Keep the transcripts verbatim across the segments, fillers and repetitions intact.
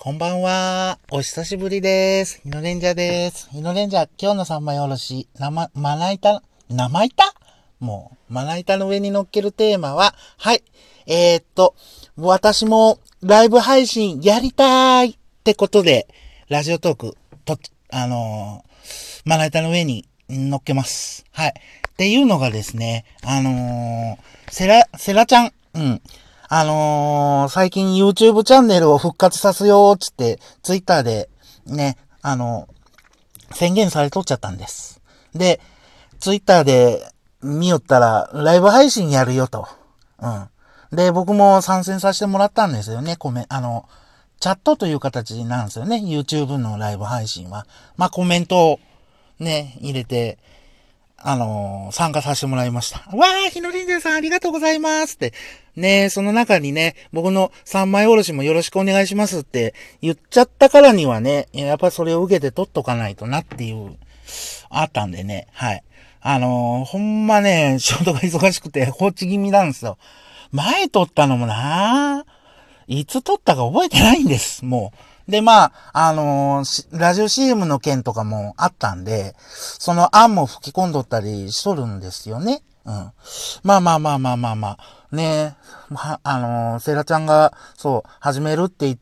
こんばんは。お久しぶりです。ヒノレンジャーです。ヒノレンジャー、今日の三枚おろし、なま、まな板、なま板もう、まな板の上に乗っけるテーマは、はい。えー、っと、私もライブ配信やりたいってことで、ラジオトーク、と、あのー、まな板の上に乗っけます。はい。っていうのがですね、あのー、セラ、セラちゃん、うん。あのー、最近 YouTube チャンネルを復活させようっつって、Twitter でね、あの、宣言されとっちゃったんです。で、Twitter で見よったら、ライブ配信やるよと。うん。で、僕も参戦させてもらったんですよね、コメ、あの、チャットという形なんですよね、YouTube のライブ配信は。まあ、コメントをね、入れて、あのー参加させてもらいました。わー、ひのりんじゃさんありがとうございますって。ねその中にね、僕の三枚おろしもよろしくお願いしますって言っちゃったからにはね、やっぱそれを受けて取っとかないとなっていう、あったんでね、はい。あのーほんまね、仕事が忙しくて放置気味なんですよ。前取ったのもなー、いつ撮ったか覚えてないんです、もう。で、まあ、あのーラジオ シーエム の件とかもあったんで、その案も吹き込んどったりしとるんですよね。うん。まあまあまあまあまあまあ。ねは、あのーセイラちゃんが、そう、始めるって言って、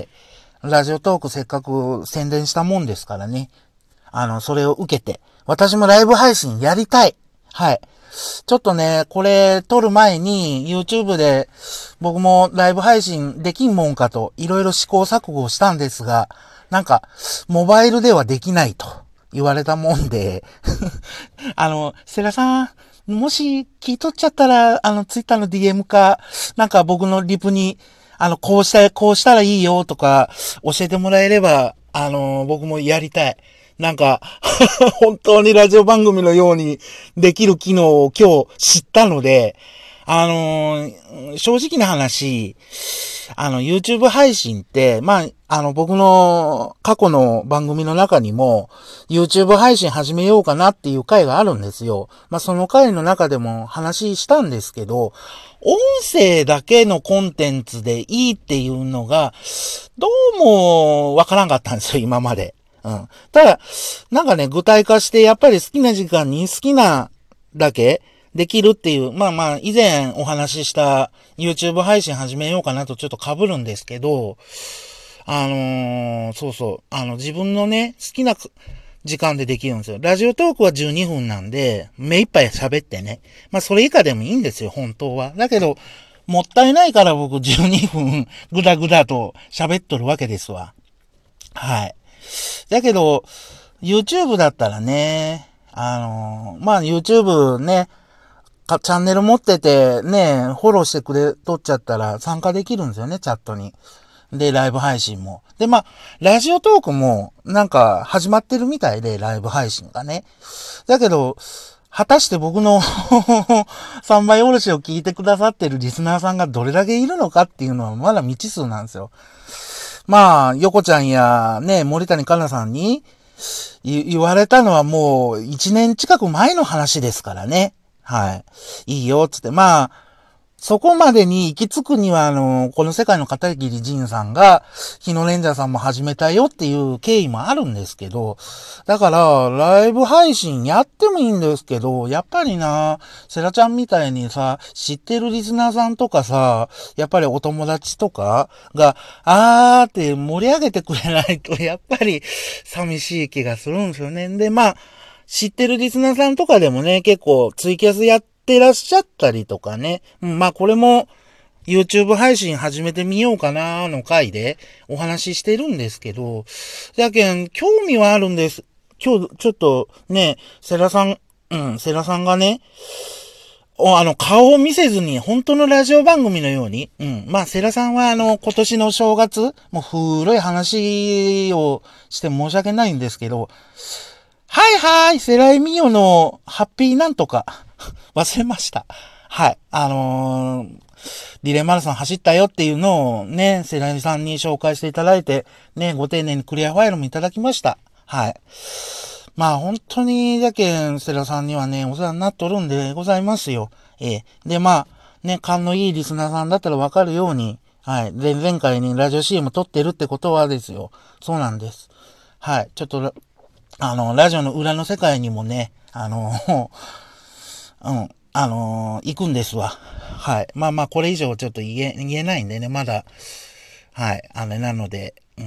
ラジオトークせっかく宣伝したもんですからね。あの、それを受けて、私もライブ配信やりたい。はい。ちょっとね、これ撮る前に YouTube で僕もライブ配信できんもんかといろいろ試行錯誤したんですが、なんか、モバイルではできないと言われたもんで、あの、セラさん、もし聞いとっちゃったら、あの、Twitter の ディーエム か、なんか僕のリプに、あの、こうした、こうしたらいいよとか教えてもらえれば、あの、僕もやりたい。なんか、本当にラジオ番組のようにできる機能を今日知ったので、あのー正直な話、あの、YouTube 配信って、まあ、あの、僕の過去の番組の中にも、YouTube 配信始めようかなっていう回があるんですよ。まあ、その回の中でも話したんですけど、音声だけのコンテンツでいいっていうのが、どうもわからんかったんですよ、今まで。うん。ただ、なんかね、具体化して、やっぱり好きな時間に好きなだけできるっていう、まあまあ、以前お話しした YouTube 配信始めようかなとちょっと被るんですけど、あのーそうそう、あの、自分のね、好きな時間でできるんですよ。ラジオトークはじゅうにふんなんで、目いっぱい喋ってね。まあ、それ以下でもいいんですよ、本当は。だけど、もったいないから僕じゅうにふんぐだぐだと喋っとるわけですわ。はい。だけど、YouTube だったらね、あのーまあ、YouTube ね、かチャンネル持っててね、フォローしてくれとっちゃったら参加できるんですよね、チャットに。で、ライブ配信も。で、まあ、ラジオトークもなんか始まってるみたいで、ライブ配信がね。だけど、果たして僕の三枚おろしを聞いてくださってるリスナーさんがどれだけいるのかっていうのはまだ未知数なんですよ。まあ、横ちゃんやね、森谷香奈さんに言われたのはもう一年近く前の話ですからね。はい。いいよ、つって。まあ、そこまでに行き着くには、あの、この世界の片桐仁さんが、日野レンジャーさんも始めたよっていう経緯もあるんですけど、だから、ライブ配信やってもいいんですけど、やっぱりな、セラちゃんみたいにさ、知ってるリスナーさんとかさ、やっぱりお友達とかが、あーって盛り上げてくれないと、やっぱり寂しい気がするんですよね。で、まあ、知ってるリスナーさんとかでもね、結構ツイキャスやってらっしゃったりとかね。うん、まあこれも YouTube 配信始めてみようかなの回でお話ししてるんですけど、だけん興味はあるんです。今日ちょっとね、セラさん、うん、セラさんがね、おあの、顔を見せずに、本当のラジオ番組のように、うん。まあ、セラさんは、あの、今年の正月、もう古い話をして申し訳ないんですけど、はいはい、セライミオのハッピーなんとか。忘れました。はい。あのー、リレーマラソン走ったよっていうのをね、セライさんに紹介していただいて、ね、ご丁寧にクリアファイルもいただきました。はい。まあ本当に、だけん、セラさんにはね、お世話になっとるんでございますよ。ええ。で、まあ、ね、勘のいいリスナーさんだったらわかるように、 はい。で、前回にラジオ シーエム 撮ってるってことはですよ。そうなんです。はい。ちょっと、あの、ラジオの裏の世界にもね、あの、うん、あのー行くんですわ。はい。まあまあ、これ以上ちょっと言え、言えないんでね、まだ、はい、あれなので、うん。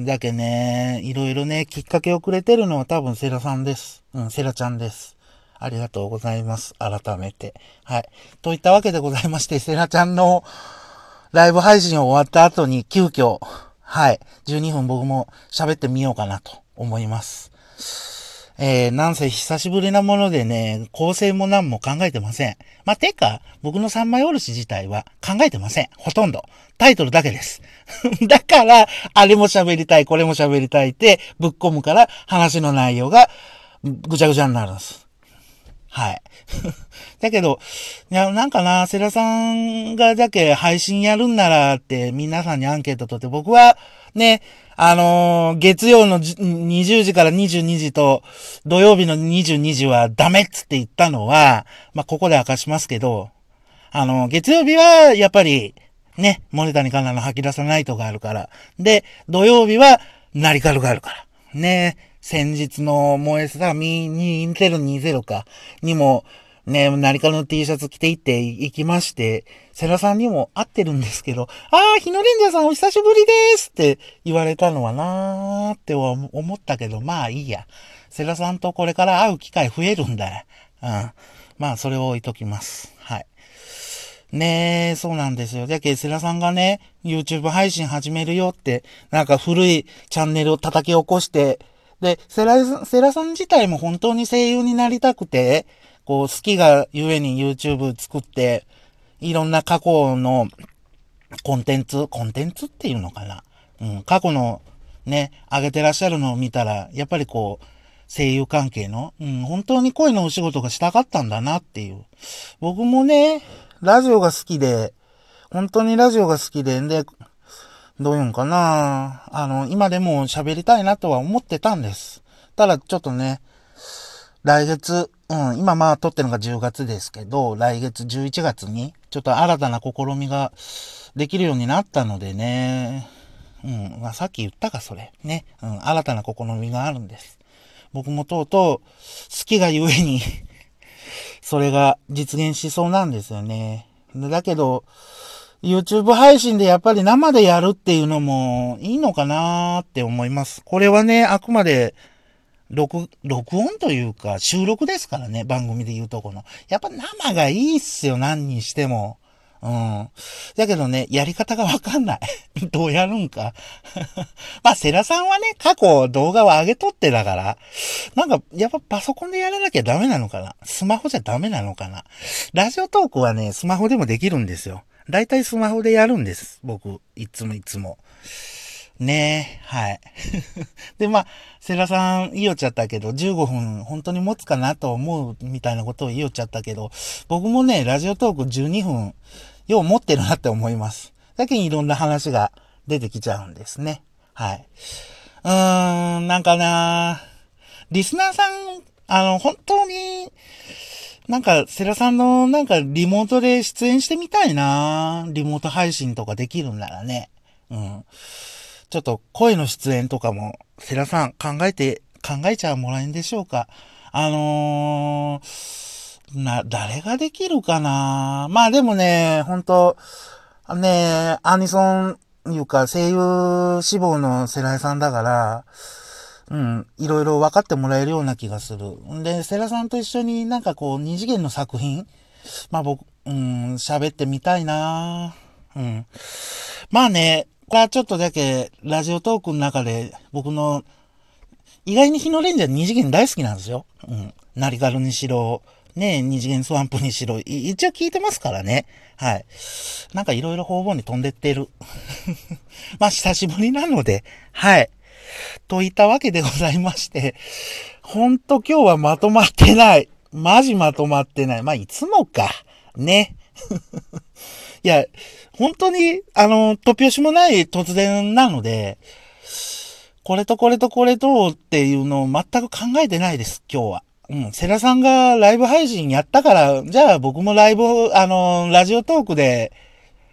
だけね、いろいろね、きっかけをくれてるのは多分セラさんです。うん、セラちゃんです。ありがとうございます。改めて。はい。といったわけでございまして、セラちゃんのライブ配信終わった後に急遽、はい、じゅうにふん僕も喋ってみようかなと思います。えー、なんせ久しぶりなものでね、構成も何も考えてません。まあ、てか、僕の三枚おろし自体は考えてません。ほとんど。タイトルだけです。だから、あれも喋りたい、これも喋りたいって、ぶっ込むから話の内容がぐちゃぐちゃになるんです。はい。だけど、いや、なんかな、セラさんがだけ配信やるんならって皆さんにアンケート取って、僕はね、あのー、月曜のにじゅうじからにじゅうにじと土曜日のにじゅうにじはダメっつって言ったのは、まあ、ここで明かしますけど、あのー、月曜日はやっぱりね、森谷香奈の吐き出さないとがあるから。で、土曜日はナリカルがあるから。ね、先日の燃えさみにせんにじゅうかにも、ね、何かの T シャツ着て行って行きまして、セラさんにも会ってるんですけど、あー、日野レンジャーさんお久しぶりですって言われたのはなーって思ったけど、まあいいや。セラさんとこれから会う機会増えるんだよ。うん。まあ、それを置いときます。はい。ねえ、そうなんですよ。じゃけ、セラさんがね、YouTube 配信始めるよって、なんか古いチャンネルを叩き起こして、で、セラ、セラさん自体も本当に声優になりたくて、こう、好きがゆえに YouTube 作って、いろんな過去のコンテンツ、コンテンツっていうのかな。うん、過去のね、上げてらっしゃるのを見たら、やっぱりこう、声優関係の、うん、本当に声のお仕事がしたかったんだなっていう。僕もね、ラジオが好きで、本当にラジオが好きで、で、どういうんかな、あの、今でも喋りたいなとは思ってたんです。ただ、ちょっとね、来月、うん、今まあ撮ってるのがじゅうがつですけど、来月じゅういちがつに、ちょっと新たな試みができるようになったのでね、うん、まあさっき言ったか、それ。ね、うん、新たな試みがあるんです。僕もとうとう、好きがゆえにそれが実現しそうなんですよね。だけど、YouTube 配信でやっぱり生でやるっていうのもいいのかなーって思います。これはね、あくまで録、録音というか収録ですからね、番組で言うとこの。やっぱ生がいいっすよ、何にしても。うん。だけどね、やり方がわかんない。どうやるんか。まあ、セラさんはね、過去動画を上げとってだから、なんか、やっぱパソコンでやらなきゃダメなのかな。スマホじゃダメなのかな。ラジオトークはね、スマホでもできるんですよ。だいたいスマホでやるんです。僕、いつもいつも。ねえ、はい。で、まあ、セラさん言いよっちゃったけど、じゅうごふん本当に持つかなと思うみたいなことを言いよっちゃったけど、僕もね、ラジオトークじゅうにふん、よう持ってるなって思います。だけにいろんな話が出てきちゃうんですね。はい。うーん、なんかなリスナーさん、あの、本当に、なんか、セラさんの、なんか、リモートで出演してみたいなリモート配信とかできるんならね。うん。ちょっと、声の出演とかも、セラさん考えて、考えちゃもらえんでしょうか。あのー、な、誰ができるかなまあでもね、本当ね、アニソン、いうか、声優志望のセライさんだから、うん、いろいろ分かってもらえるような気がする。んで、セラさんと一緒になんかこう、二次元の作品まあ僕、うん、喋ってみたいなうん。まあね、これはちょっとだけ、ラジオトークの中で、僕の、意外に日のレンジャー二次元大好きなんですよ。うん。ナリカルにしろ、ね二次元スワンプにしろ、一応聞いてますからね。はい。なんかいろいろ方々に飛んでってる。まあ久しぶりなので、はい。といったわけでございまして、ほんと今日はまとまってない。マジまとまってない。まあ、いつもか。ね。いや、本当に、あの、突拍子もない突然なので、これとこれとこれとっていうのを全く考えてないです、今日は。うん。セラさんがライブ配信やったから、じゃあ僕もライブ、あの、ラジオトークで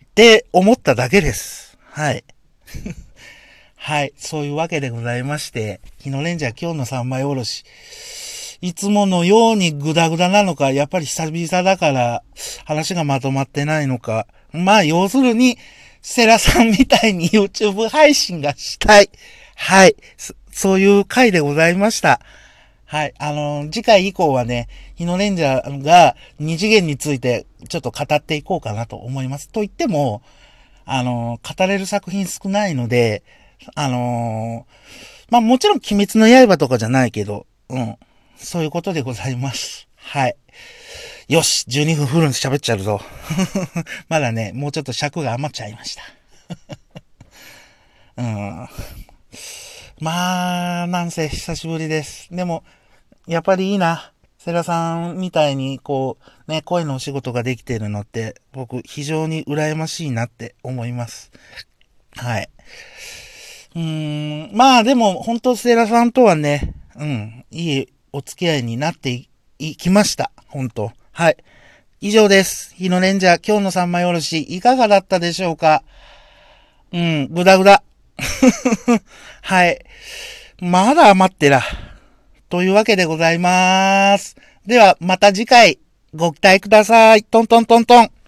って思っただけです。はい。はい。そういうわけでございまして、日野レンジャー今日の三枚おろし。いつものようにグダグダなのか、やっぱり久々だから話がまとまってないのか。まあ、要するに、セラさんみたいに YouTube 配信がしたい。はい。そ、そういう回でございました。はい。あのー、次回以降はね、日野レンジャーが二次元についてちょっと語っていこうかなと思います。と言っても、あのー、語れる作品少ないので、あのー、まあ、もちろん鬼滅の刃とかじゃないけど、うん。そういうことでございます。はい。よし、じゅうにふんフルに喋っちゃうぞ。まだね、もうちょっと尺が余っちゃいました。うん。まあ、なんせ久しぶりです。でも、やっぱりいいな。セラさんみたいに、こう、ね、声のお仕事ができているのって、僕、非常に羨ましいなって思います。はい。うーん、まあでも、本当セラさんとはね、うん、いいお付き合いになってい、いきました。本当はい。以上です。日野レンジャー、今日の三枚おろし、いかがだったでしょうか？うん、ぐだぐだ。はい。まだ余ってら。というわけでございます。では、また次回、ご期待ください。トントントントン。